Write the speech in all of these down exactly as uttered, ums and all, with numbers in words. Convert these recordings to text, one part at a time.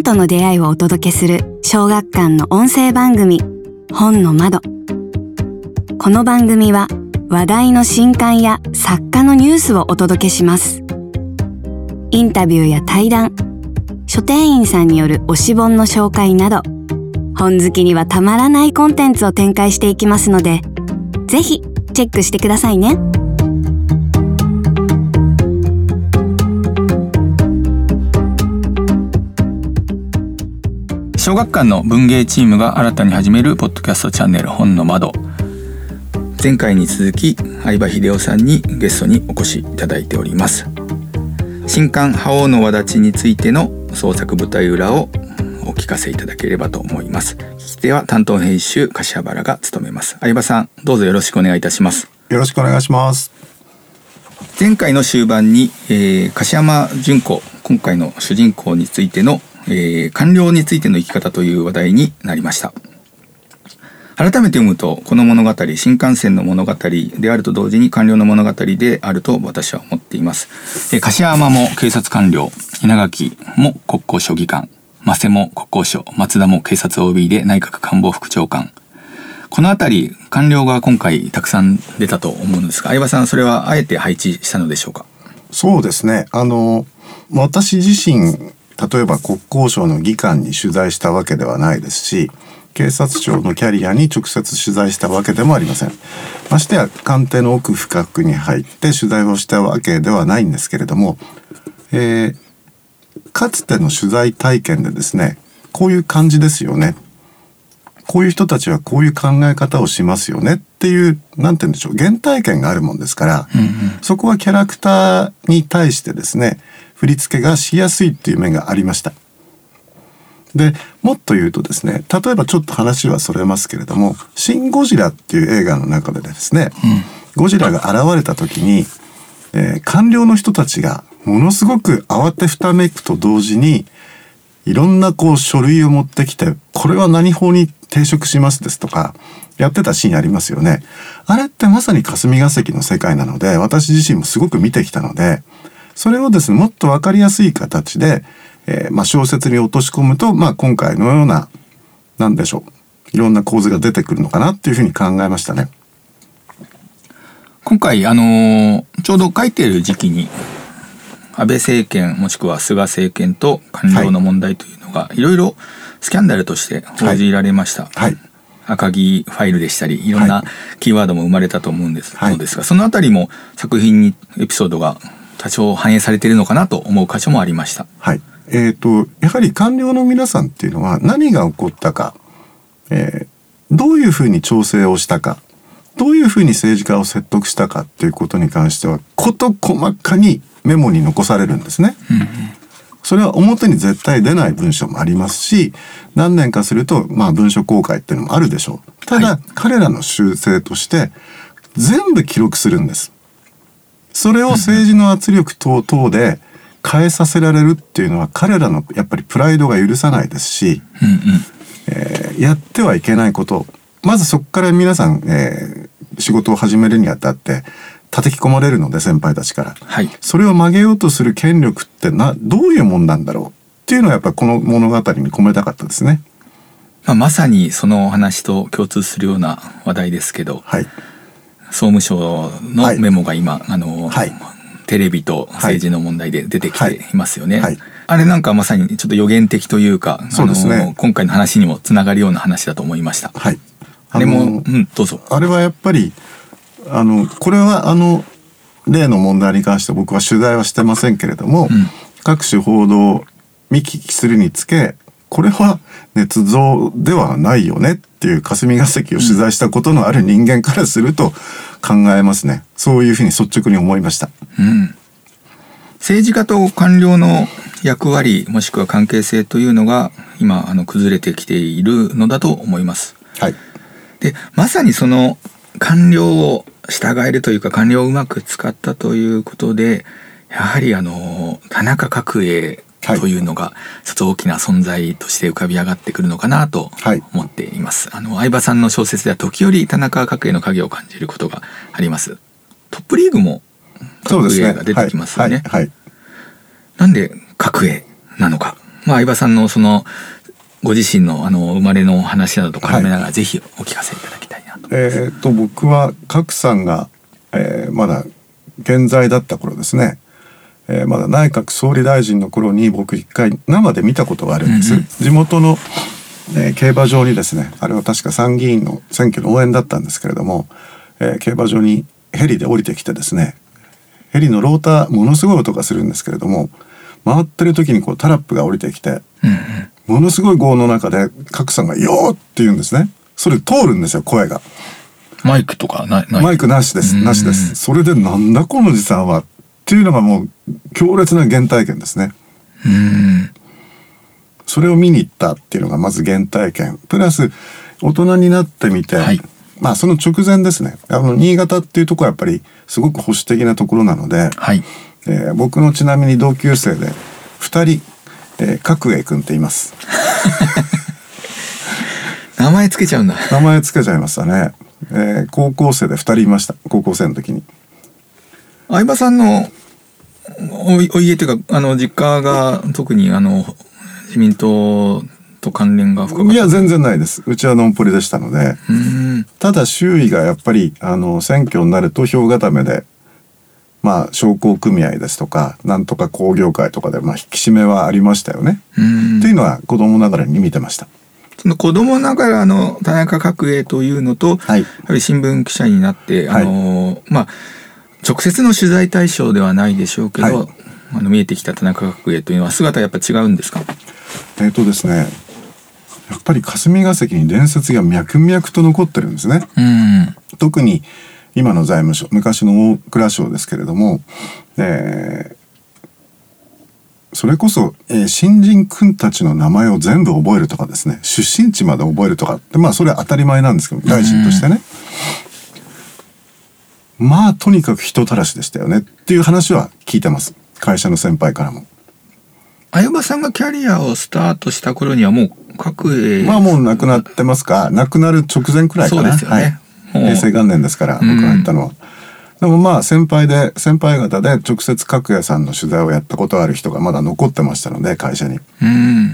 との出会いをお届けする小学館の音声番組本の窓。この番組は話題の新刊や作家のニュースをお届けします。インタビューや対談、書店員さんによる推し本の紹介など、本好きにはたまらないコンテンツを展開していきますので、ぜひチェックしてくださいね。 小学館の文芸チームが新たに始めるポッドキャストチャンネル本の窓。前回に続き相葉秀夫さんにゲストにお越しいただいております。新刊覇王の轍についての創作舞台裏をお聞かせいただければと思います。聞き手は担当編集柏原が務めます。相葉さん、どうぞよろしくお願いいたします。 よろしくお願いします。 前回の終盤に、えー、樫山純子、今回の主人公についての、えー、官僚についての生き方という話題になりました。改めて読むと、この物語、新幹線の物語であると同時に官僚の物語であると私は思っています。えー、樫山も警察官僚、稲垣も国交省技官、増瀬も国交省、松田も警察 オービー で内閣官房副長官。このあたり官僚が今回たくさん出たと思うんですが、相葉さん、それはあえて配置したのでしょうか？ そうですね。あの私自身、例えば国交省の技官に取材したわけではないですし、警察庁のキャリアに直接取材したわけでもありません。ましてや官邸の奥深くに入って取材をしたわけではないんですけれども、えー、かつての取材体験でですね、こういう感じですよね、こういう人たちはこういう考え方をしますよねっていう、なんて言うんでしょう、原体験があるもんですから、うんうん、そこはキャラクターに対してですね、振り付けがしやすいっていう面がありました。で、もっと言うとですね、例えばちょっと話はそれますけれども、シン・ゴジラっていう映画の中でですね、うん、ゴジラが現れた時に、えー、官僚の人たちがものすごく慌てふためくと同時に、いろんなこう書類を持ってきて、これは何法に抵触しますですとかやってたシーンありますよね。あれってまさに霞が関の世界なので、私自身もすごく見てきたので、それをですね、もっと分かりやすい形で、えーまあ、小説に落とし込むと、まあ、今回のような、なんでしょう、いろんな構図が出てくるのかなっていうふうに考えましたね。 今回、あのー、ちょうど書いている時期に安倍政権もしくは菅政権と官僚の問題というのが、はい、いろいろスキャンダルとして報じられました。はいはい、赤木ファイルでしたり、いろんなキーワードも生まれたと思うんです、はい、そうですが、そのあたりも作品にエピソードが多少反映されているのかなと思う箇所もありました。 はい。えーと、やはり官僚の皆さんっていうのは何が起こったか、えー、どういうふうに調整をしたか、どういうふうに政治家を説得したかっていうことに関しては事細かにメモに残されるんですね。うんうん、それは表に絶対出ない文書もありますし、何年かすると、まあ、文書公開っていうのもあるでしょう。ただ、はい、彼らの習性として全部記録するんです。それを政治の圧力等々で変えさせられるっていうのは、彼らのやっぱりプライドが許さないですし、うんうん、えー、やってはいけないこと、まずそこから皆さん、えー、仕事を始めるにあたって叩き込まれるので、先輩たちから、はい、それを曲げようとする権力ってなどういうもんなんだろうっていうのは、やっぱりこの物語に込めたかったですね。 まあ、まさにその話と共通するような話題ですけど、はい、総務省のメモが今、はい、あの、はい、テレビと政治の問題で出てきていますよね。はいはい、あれなんかまさにちょっと予言的というか、そうですね、あの今回の話にもつながるような話だと思いました。はい、あれも、うん、どうぞ。 あれはやっぱりあのこれはあの例の問題に関して僕は取材はしてませんけれども、うん、各種報道を見聞きするにつけ、これは捏造ではないよねっていう霞が関を取材したことのある人間からすると考えますね。そういうふうに率直に思いました。うん、 政治家と官僚の役割もしくは関係性というのが今あの崩れてきているのだと思います。はい、でまさにその官僚を従えるというか、官僚をうまく使ったということで、やはりあの田中角栄というのが一つ大きな存在として浮かび上がってくるのかなと思っています。はい、あの相葉さんの小説では時折田中角栄の影を感じることがあります。トップリーグも角栄が出てきますよね。はいはいはい、なんで角栄なのか、 まあ相葉さんのそのご自身のあの生まれの話などと絡めながらぜひお聞かせいただきたいなと。 えー、と僕は賀来さんが、えー、まだ現在だった頃ですね、えー、まだ内閣総理大臣の頃に僕一回生で見たことがあるんです、うんうん、地元の、えー、競馬場にですね、あれは確か参議院の選挙の応援だったんですけれども、えー、競馬場にヘリで降りてきてですね、ヘリのローターものすごい音がするんですけれども、回ってる時にこうタラップが降りてきて、うんうん、ものすごい轟の中で賀来さんがよーって言うんですね。それ通るんですよ、声が。 マイクとかなない？ マイクなしです、なしです。それでなんだこのおじさんはっていうのがもう強烈な原体験ですね。うん、それを見に行ったっていうのがまず原体験プラス大人になってみて、はい、まあその直前ですね、あの新潟っていうところはやっぱりすごく保守的なところなので、はい、えー、僕のちなみに同級生でふたり、えー、角栄君って言います名前つけちゃうんだ。 名前つけちゃいましたね、えー、高校生でふたりいました。高校生の時に相葉さんの お, お家というかあの実家が特にあの自民党と関連が深かった？ いや全然ないです。うちはのんぽりでしたので、うん、ただ周囲がやっぱりあの選挙になると票固めで、まあ商工組合ですとかなんとか工業会とかで、まあ、引き締めはありましたよね、うん、っていうのは子供ながらに見てました。 その子供ながらの田中角栄というのと、はい、やはり新聞記者になって、あの、はい、まあ直接の取材対象ではないでしょうけど、はい、あの見えてきた田中角栄というのは姿やっぱ違うんですか？ えーとですね、やっぱり霞が関に伝説が脈々と残ってるんですね、うん、特に今の財務省、昔の大蔵省ですけれども、えー、それこそ、えー、新人君たちの名前を全部覚えるとかですね、出身地まで覚えるとかって、まあそれは当たり前なんですけど、大臣としてね、うん、まあとにかく人たらしでしたよねっていう話は聞いてます、会社の先輩からも。 相葉さんがキャリアをスタートした頃にはもう角栄、 まあもう亡くなってますか、亡くなる直前くらいかな。 そうですよね、 はい、平成元年ですから僕が行ったのは、うん、でもまあ先輩で先輩方で直接角栄さんの取材をやったことある人がまだ残ってましたので、会社に、うん、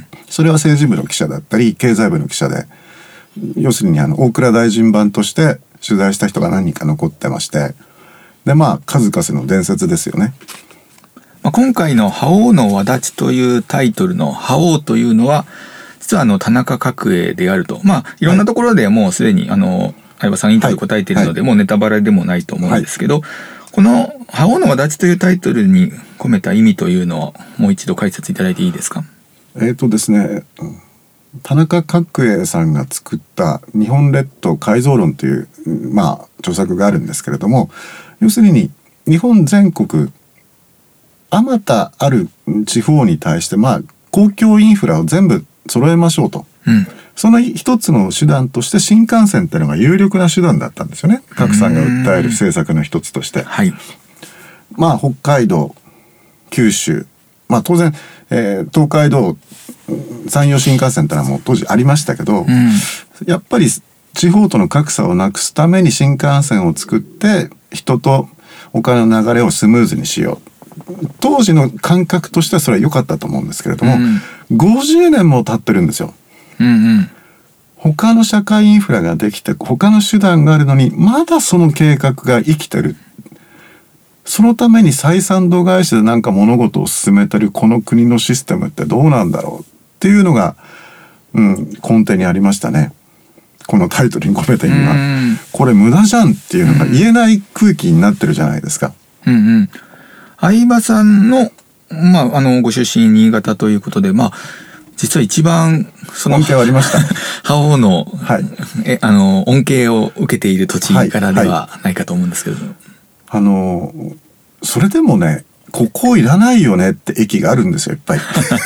それは政治部の記者だったり経済部の記者で、要するにあの大蔵大臣版として取材した人が何人か残ってまして、でまあ数々の伝説ですよね。 今回の覇王の轍というタイトルの覇王というのは実はあの田中角栄であると、まあいろんなところでもうすでにあの相葉さんインタビュー答えているので、はい、もうネタバレでもないと思うんですけど、はい、この覇王の轍というタイトルに込めた意味というのをもう一度解説いただいていいですか？ えーとですね、田中角栄さんが作った日本列島改造論というまあ著作があるんですけれども、要するに日本全国あまたある地方に対してまあ公共インフラを全部揃えましょうと、うん、その一つの手段として新幹線っていうのが有力な手段だったんですよね。賀来さんが訴える政策の一つとして、はい、まあ北海道九州、まあ当然、えー、東海道山陽新幹線ってのはもう当時ありましたけど、うん、やっぱり地方との格差をなくすために新幹線を作って人とお金の流れをスムーズにしよう、当時の感覚としてはそれは良かったと思うんですけれども、うん、ごじゅうねんも経ってるんですよ、うんうん、他の社会インフラができて他の手段があるのにまだその計画が生きてる。そのために採算度外視でなんか物事を進めてるこの国のシステムってどうなんだろうっていうのが、うん、根底にありましたね。このタイトルに込めた意味は、うん、これ無駄じゃんっていうのが言えない空気になってるじゃないですか、うんうんうん。 相葉さんの、まあ、あのご出身新潟ということで、まあ、実は一番その恩恵はありました覇王の、はい、えあの恩恵を受けている土地からではないかと思うんですけれども、はいはい、 あのそれでもね、ここいらないよねって駅があるんですよ、いっぱい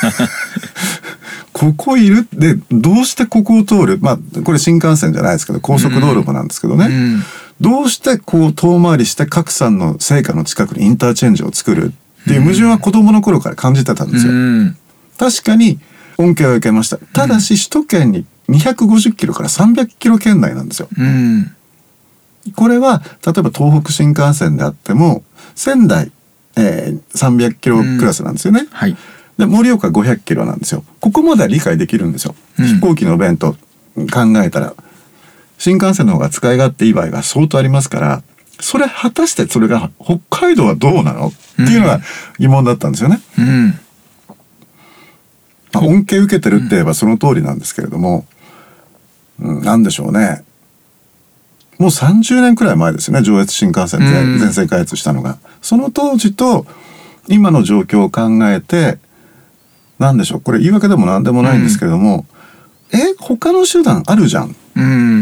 ここいるで、どうしてここを通る、まあこれ新幹線じゃないですけど高速道路もなんですけどね、うんうん、どうしてこう遠回りして賀来さんの生家の近くにインターチェンジを作るっていう矛盾は子供の頃から感じてたんですよ、うん、確かに恩恵を受けました。ただし首都圏ににひゃくごじゅっキロからさんびゃくキロ圏内なんですよ、うん、これは例えば東北新幹線であっても仙台、えー、さんびゃくキロクラスなんですよね、うん、はい、 で盛岡ごひゃくキロなんですよ。ここまでは理解できるんですよ、うん、飛行機の便と考えたら新幹線の方が使い勝手いい場合が相当ありますから、それ果たしてそれが北海道はどうなのっていうのが疑問だったんですよね、うんまあ、恩恵受けてるって言えばその通りなんですけれども、うん、なんでしょうね、もうさんじゅうねんくらい前ですよね、上越新幹線で全線開発したのが。その当時と今の状況を考えて、なんでしょう、これ言い訳でもなんでもないんですけれども、うん、え他の手段あるじゃん、うん、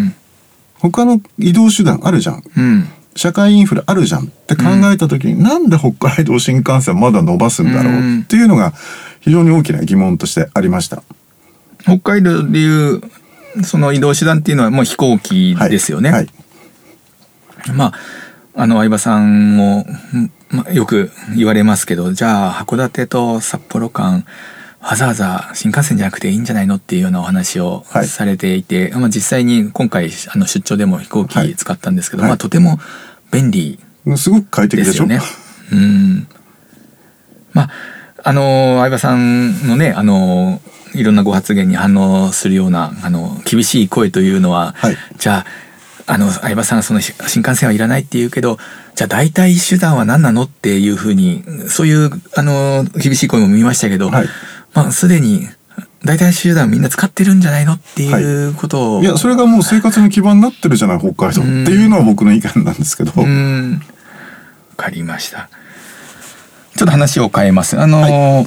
他の移動手段あるじゃん、うん、社会インフラあるじゃんって考えた時に、うん、なんで北海道新幹線まだ伸ばすんだろうっていうのが非常に大きな疑問としてありました。 北海道でいうその移動手段っていうのはもう飛行機ですよね、はいはい、まああの相葉さんも、まあ、よく言われますけど、じゃあ函館と札幌間わざわざ新幹線じゃなくていいんじゃないのっていうようなお話をされていて、はい、まあ、実際に今回あの出張でも飛行機使ったんですけど、はい、まあ、とても便利ですよね。 すごく快適でしょ。 うん、まああの相葉さんのね、あのいろんなご発言に反応するようなあの厳しい声というのは、はい、じゃああの相葉さんその新幹線はいらないって言うけど、じゃあ代替手段は何なのっていうふうに、そういうあの厳しい声も見ましたけど、はい、まあ、すでに代替手段みんな使ってるんじゃないのっていうことを、 はい、いやそれがもう生活の基盤になってるじゃない北海道っていうのは僕の意見なんですけど。うん、 わかりました。ちょっと話を変えます。あの、はい、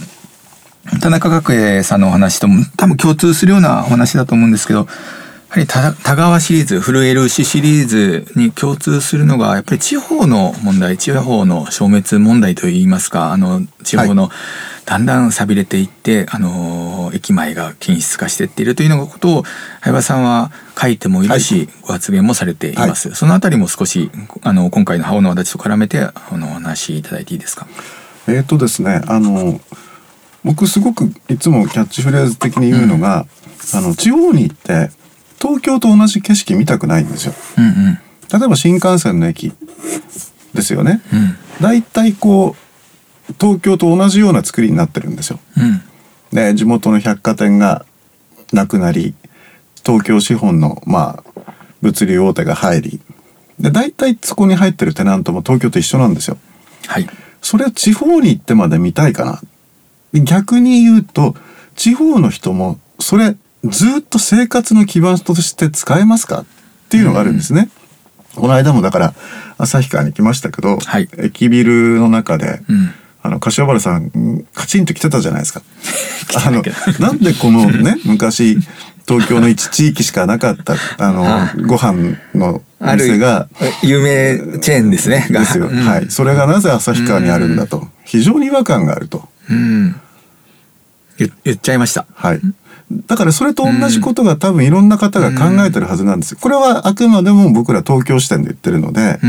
田中角栄さんのお話とも多分共通するようなお話だと思うんですけど、やはり田川シリーズ、震える牛シリーズに共通するのがやっぱり地方の問題、地方の消滅問題といいますか、あの地方のだんだん寂れていって、あの駅前が均質化していっているというのことを相葉さんは書いてもいるし、はい、ご発言もされています、はい、そのあたりも少しあの今回の青の轍と絡めてあのお話しいただいていいですか。 えーとですね、あの僕すごくいつもキャッチフレーズ的に言うのが、うん、あの地方に行って東京と同じ景色見たくないんですよ、うんうん、例えば新幹線の駅ですよね、うん、だいたいこう東京と同じような作りになってるんですよ、うん、で地元の百貨店がなくなり、東京資本のまあ物流大手が入り、でだいたいそこに入ってるテナントも東京と一緒なんですよ、はい、それを地方に行ってまで見たいかな。逆に言うと地方の人もそれずっと生活の基盤として使えますかっていうのがあるんですね、うん、この間もだから旭川に来ましたけど、はい、駅ビルの中で、うん、あの柏原さんカチンと来てたじゃないですかあのなんでこのね昔東京の一地域しかなかったあのあご飯のお店が有名チェーンですねですよ、うん、はい、それがなぜ旭川にあるんだと、うん、非常に違和感があると、うん、 言, 言っちゃいました。 はい、だからそれと同じことが多分いろんな方が考えてるはずなんですよ。これはあくまでも僕ら東京視点で言ってるので、うん、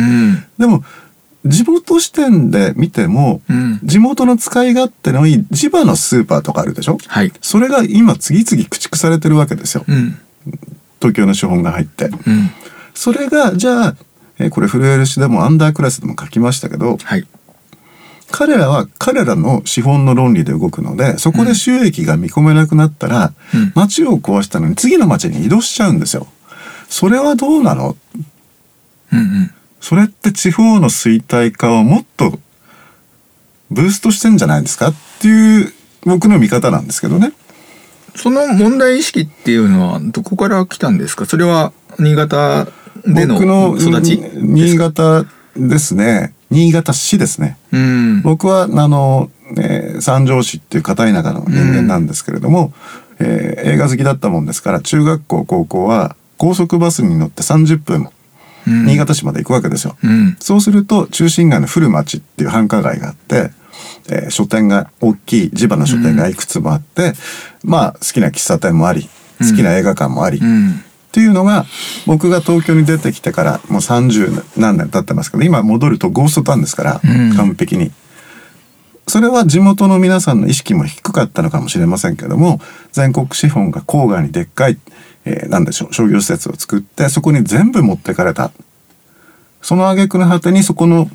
でも地元視点で見ても、うん、地元の使い勝手のいい地場のスーパーとかあるでしょ、はい、それが今次々駆逐されてるわけですよ、うん、東京の資本が入って、うん、それがじゃあえこれ震えるしでもアンダークラスでも書きましたけど、はい、彼らは彼らの資本の論理で動くので、そこで収益が見込めなくなったら、うん、町を壊したのに次の町に移動しちゃうんですよ。それはどうなの、うんうん、それって地方の衰退化をもっとブーストしてんじゃないですかっていう僕の見方なんですけどね。 その問題意識っていうのはどこから来たんですか。それは新潟での育ちですか。 新潟ですね。新潟市ですね、うん、僕はあの、えー、三条市っていう片田舎の人間なんですけれども、うん、えー、映画好きだったもんですから中学校高校は高速バスに乗ってさんじゅっぷん、うん、新潟市まで行くわけですよ、うん、そうすると中心街の古町っていう繁華街があって、えー、書店が大きい地場の書店がいくつもあって、うん、まあ好きな喫茶店もあり好きな映画館もあり、うんうんっていうのが僕が東京に出てきてからもうさんじゅう何年経ってますけど、今戻るとゴーストタウンですから、うん、完璧にそれは地元の皆さんの意識も低かったのかもしれませんけども、全国資本が郊外にでっかい、えー、なんでしょう商業施設を作ってそこに全部持ってかれた。その挙句の果てにそこの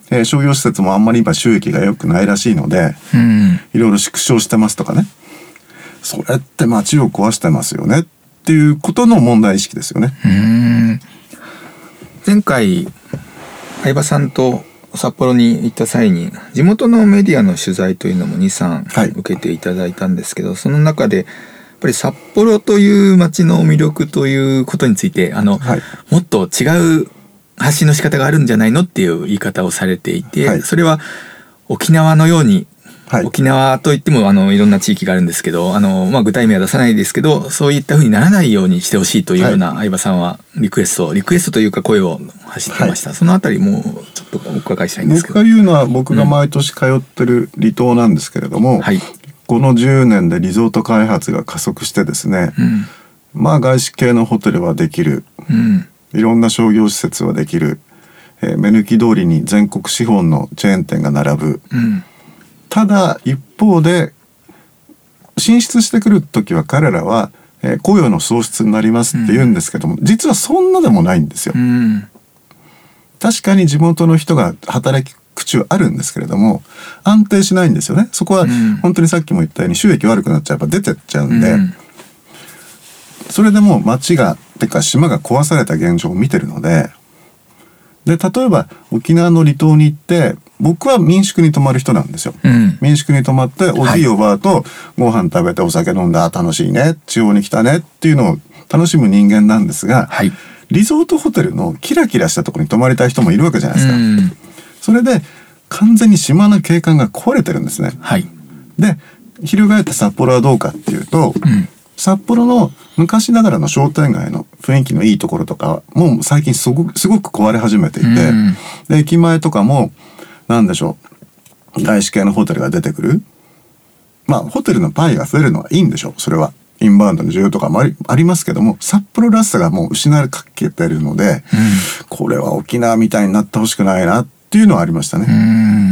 えー、商業施設もあんまり今収益が良くないらしいので、 うん、 いろいろ縮小してますとかね、それって街を壊してますよねっていうことの問題意識ですよね。 うーん、前回相葉さんと札幌に行った際に地元のメディアの取材というのもに、さん受けていただいたんですけど、はい、その中でやっぱり札幌という街の魅力ということについてあの、はい、もっと違う発信の仕方があるんじゃないのっていう言い方をされていて、はい、それは沖縄のように、はい、沖縄といってもあのいろんな地域があるんですけど、あの、まあ、具体名は出さないですけど、そういったふうにならないようにしてほしいというような相葉さんはリクエストリクエストというか声を発してました、はい、そのあたりもちょっとお伺いしたいんですけど。 僕が言うのは僕が毎年通ってる離島なんですけれども、うん、はい、このじゅうねんでリゾート開発が加速してですね、うん、まあ外資系のホテルはできる、うん、いろんな商業施設はできる、えー、目抜き通りに全国資本のチェーン店が並ぶ、うん、ただ一方で進出してくる時は彼らは、えー、雇用の創出になりますって言うんですけども、うん、実はそんなでもないんですよ、うん、確かに地元の人が働き口はあるんですけれども安定しないんですよね。そこは本当にさっきも言ったように収益悪くなっちゃえば出てっちゃうんで、うん、それでもう町がてか島が壊された現状を見てるので、で例えば沖縄の離島に行って僕は民宿に泊まる人なんですよ、うん、民宿に泊まっておじいおばあとご飯食べてお酒飲んだ楽しいね地方に来たねっていうのを楽しむ人間なんですが、はい、リゾートホテルのキラキラしたところに泊まりたい人もいるわけじゃないですか、うん、それで完全に島の景観が壊れてるんですね、はい、で翻って札幌はどうかっていうと、うん、札幌の昔ながらの商店街の雰囲気のいいところとかもう最近すごく、すごく壊れ始めていて、うん、で駅前とかもなんでしょう外資系のホテルが出てくる、まあホテルのパイが増えるのはいいんでしょう、それはインバウンドの需要とかもあり、ありますけども札幌らしさがもう失われかけてるので、うん、これは沖縄みたいになってほしくないなっていうのはありましたね。 うん、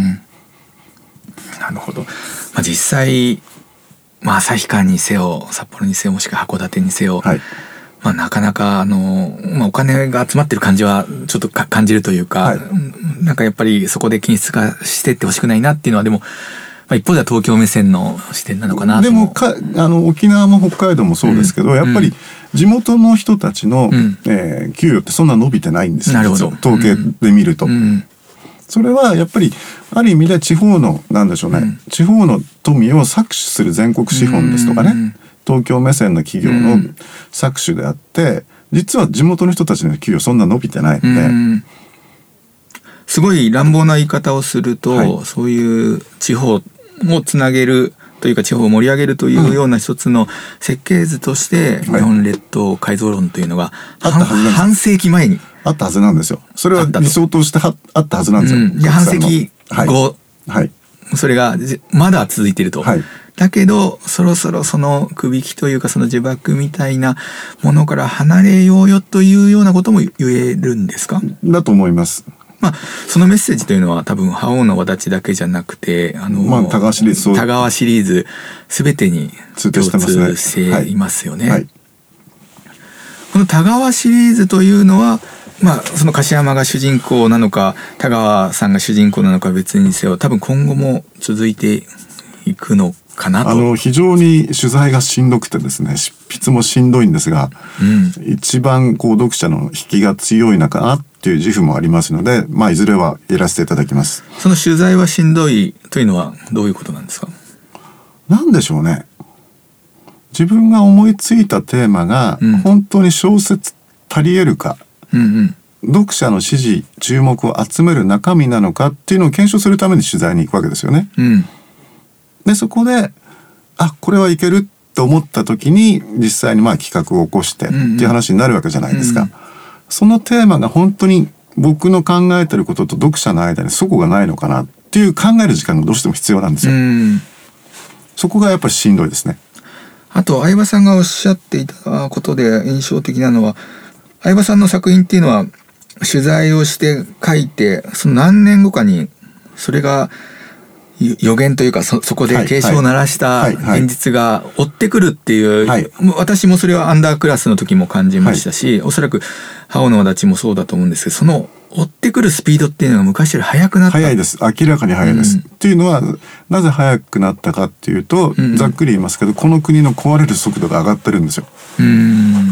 なるほど、まあ、実際まあ旭川にせよ札幌にせよもしくは函館にせよ、はい、まあ、なかなかあの、まあ、お金が集まってる感じはちょっとか感じるというか、はい、なんかやっぱりそこで均質化してってほしくないなっていうのはでも、まあ、一方では東京目線の視点なのかなと。 でもかあの沖縄も北海道もそうですけど、うん、やっぱり地元の人たちの、うん、えー、給与ってそんな伸びてないんですよ。なるほど。統計で見ると、うんうん、それはやっぱりある意味で地方のなんでしょうね、うん、地方の富を搾取する全国資本ですとかね、うん、東京目線の企業の搾取であって、実は地元の人たちの給与そんな伸びてないので、うん、 すごい乱暴な言い方をすると、はい、そういう地方をつなげるというか地方を盛り上げるというような一つの設計図として、うん、日本列島改造論というのが、はい、半世紀前にあったはずなんですよ。それは理想としてはあったはずなんですよ、うん、 で半世紀後、はいはい、それがまだ続いていると、はい、だけどそろそろそのくびきというかその呪縛みたいなものから離れようよというようなことも言えるんですか？ だと思います。 まあ、そのメッセージというのは多分覇王の轍だけじゃなくてあの、 まあ、田川シリーズ田川シリーズ全てに共通していますよね。はいはい、この田川シリーズというのはまあ、その樫山が主人公なのか田川さんが主人公なのか別にせよ多分今後も続いていくのかなと。 あの非常に取材がしんどくてですね執筆もしんどいんですが、うん、一番こう読者の引きが強いのかなっていう自負もありますので、まあ、いずれはやらせていただきます。 その取材はしんどいというのはどういうことなんですか？ なんでしょうね、自分が思いついたテーマが本当に小説足り得るか、うんうん、読者の支持注目を集める中身なのかっていうのを検証するために取材に行くわけですよね、うん、でそこであこれはいけると思った時に実際にまあ企画を起こしてっていう話になるわけじゃないですか、うんうん、そのテーマが本当に僕の考えてることと読者の間に齟齬がないのかなっていう考える時間がどうしても必要なんですよ、うん、そこがやっぱりしんどいですね。 あと相葉さんがおっしゃっていたことで印象的なのは相葉さんの作品っていうのは取材をして書いてその何年後かにそれが予言というか そ, そこで警鐘を鳴らした現実が追ってくるっていう、はいはい、私もそれはアンダークラスの時も感じましたし、はい、おそらく覇王の轍もそうだと思うんですけどその追ってくるスピードっていうのが昔より速くなった。 速いです。明らかに速いです、うん、っていうのはなぜ速くなったかっていうと、うん、ざっくり言いますけど、この国の壊れる速度が上がってるんですよ。うん、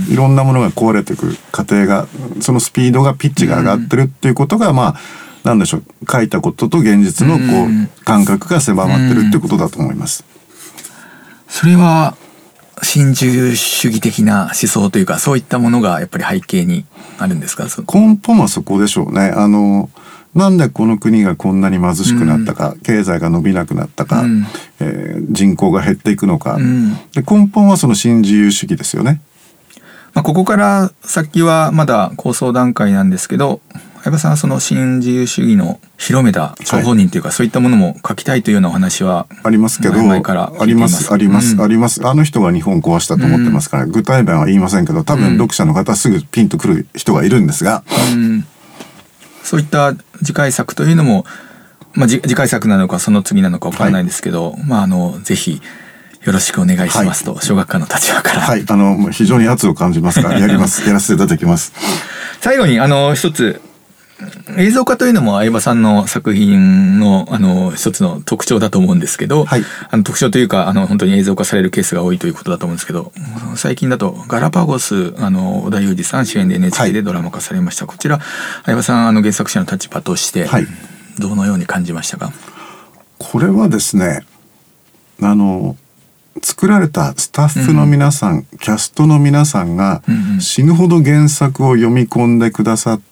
いろんなものが壊れていく過程が、そのスピードがピッチが上がってるっていうことが、うん、まあなんでしょう、書いたことと現実のこう、うん、感覚が狭まってるっていうことだと思います、 うん、それは新自由主義的な思想というか、そういったものがやっぱり背景にあるんですか？ 根本はそこでしょうね。あのなんでこの国がこんなに貧しくなったか、うん、経済が伸びなくなったか、うん、えー、人口が減っていくのか、うん、で根本はその新自由主義ですよね。 まあ、ここから先はまだ構想段階なんですけど、相葉さんはその新自由主義の広めた張本人というか、はい、そういったものも書きたいというようなお話はありますけど、 前から聞いています。 ありますあります、うん、あります。あの人が日本壊したと思ってますから、うん、具体名は言いませんけど、多分読者の方すぐピンとくる人がいるんですが、 うん、そういった次回作というのも、まあ、次回作なのかその次なのかわからないんですけど、はい、まあ、あのぜひよろしくお願いしますと、はい、小学館の立場から、 はい、あの非常に圧を感じますがやりますやらせていただきます。 最後にあの一つ、映像化というのも相葉さんの作品のあの一つの特徴だと思うんですけど、はい、あの特徴というか、あの本当に映像化されるケースが多いということだと思うんですけど、最近だとガラパゴス、あの織田裕二さん主演で エヌエイチケー でドラマ化されました、はい、こちら相葉さんあの原作者の立場として、はい、どのように感じましたか？ これはですね、あの作られたスタッフの皆さん、うん、キャストの皆さんが死ぬほど原作を読み込んでくださって、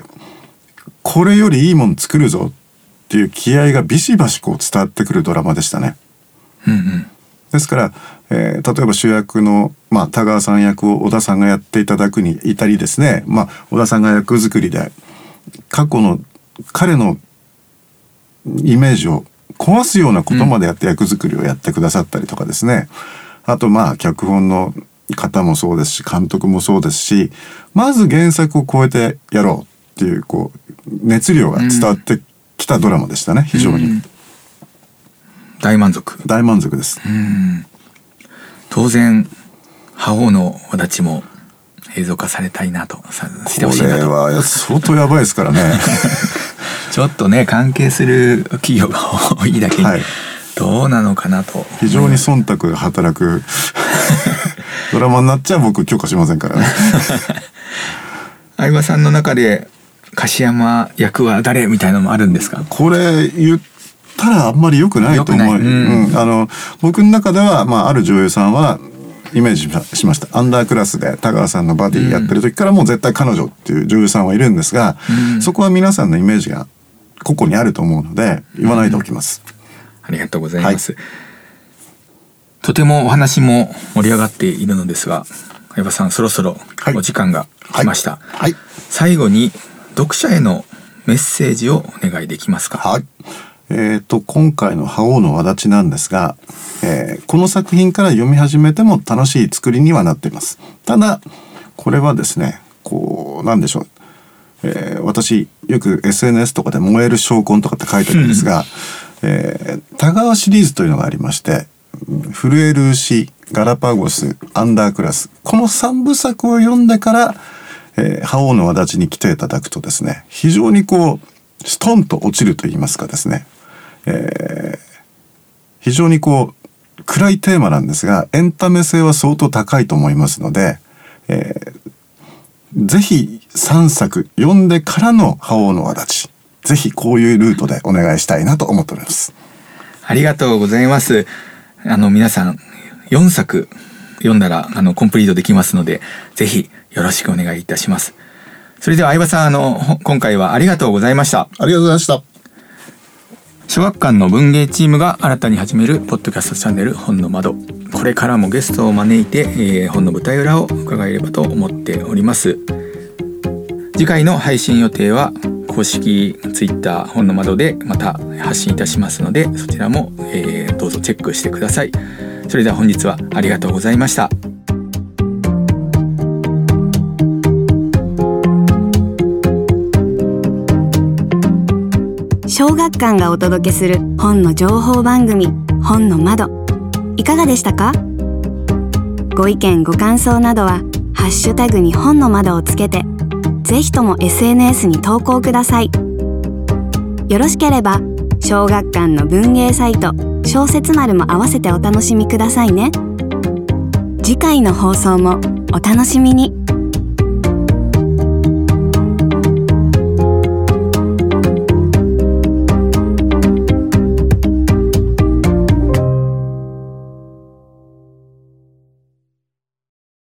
これよりいいもの作るぞっていう気合がビシバシこう伝わってくるドラマでしたね、うんうん、ですから、えー、例えば主役の、まあ、田川さん役を小田さんがやっていただくにいたりですね、まあ、小田さんが役作りで過去の彼のイメージを壊すようなことまでやって役作りをやってくださったりとかですね、うん、あとまあ脚本の方もそうですし監督もそうですし、まず原作を超えてやろうっていうこう熱量が伝わってきたドラマでしたね、うん、非常に、うん、 大満足大満足です、うん、 当然覇王のお立ちも映像化されたいなとしてほしいなと。 これは相当やばいですからねちょっとね関係する企業が多いだけに、はい、どうなのかなと。 非常に忖度が働くドラマになっちゃ僕許可しませんからね相葉さんの中で樫山役は誰みたいなのもあるんですか？ これ言ったらあんまり良くないと思う、うんうん、あの僕の中では、まあ、ある女優さんはイメージしました。アンダークラスで田川さんのバディやってる時からもう絶対彼女っていう女優さんはいるんですが、うん、そこは皆さんのイメージが個々にあると思うので言わないでおきます、 うん、ありがとうございます、はい、とてもお話も盛り上がっているのですが、相葉さんそろそろお時間が来ました、はいはい、最後に読者へのメッセージをお願いできますか？ はい、えーと今回の覇王の轍なんですが、えー、この作品から読み始めても楽しい作りにはなっています。ただこれはですね、こうなんでしょう、えー、私よく エスエヌエス とかで燃える証拠とかって書いてるんですが、えー、田川シリーズというのがありまして、震える牛、ガラパゴス、アンダークラス、このさんぶさくを読んでからえー、覇王の轍に来ていただくとですね、非常にこうストンと落ちると言いますかですね、えー、非常にこう暗いテーマなんですがエンタメ性は相当高いと思いますので、えー、ぜひさんさく読んでからの覇王の轍、ぜひこういうルートでお願いしたいなと思っております。 ありがとうございます。あの皆さんよんさく読んだらあのコンプリートできますので、ぜひよろしくお願いいたします。それでは相葉さん、あの今回はありがとうございました。 ありがとうございました。 小学館の文芸チームが新たに始めるポッドキャストチャンネル本の窓、これからもゲストを招いて、えー、本の舞台裏を伺えればと思っております。次回の配信予定は公式ツイッター本の窓でまた発信いたしますので、そちらも、えー、どうぞチェックしてください。それでは本日はありがとうございました。 小学館がお届けする本の情報番組、本の窓、いかがでしたか？ご意見ご感想などはハッシュタグに本の窓をつけてぜひとも エスエヌエス に投稿ください。よろしければ小学館の文芸サイト小説丸も合わせてお楽しみくださいね。次回の放送もお楽しみに。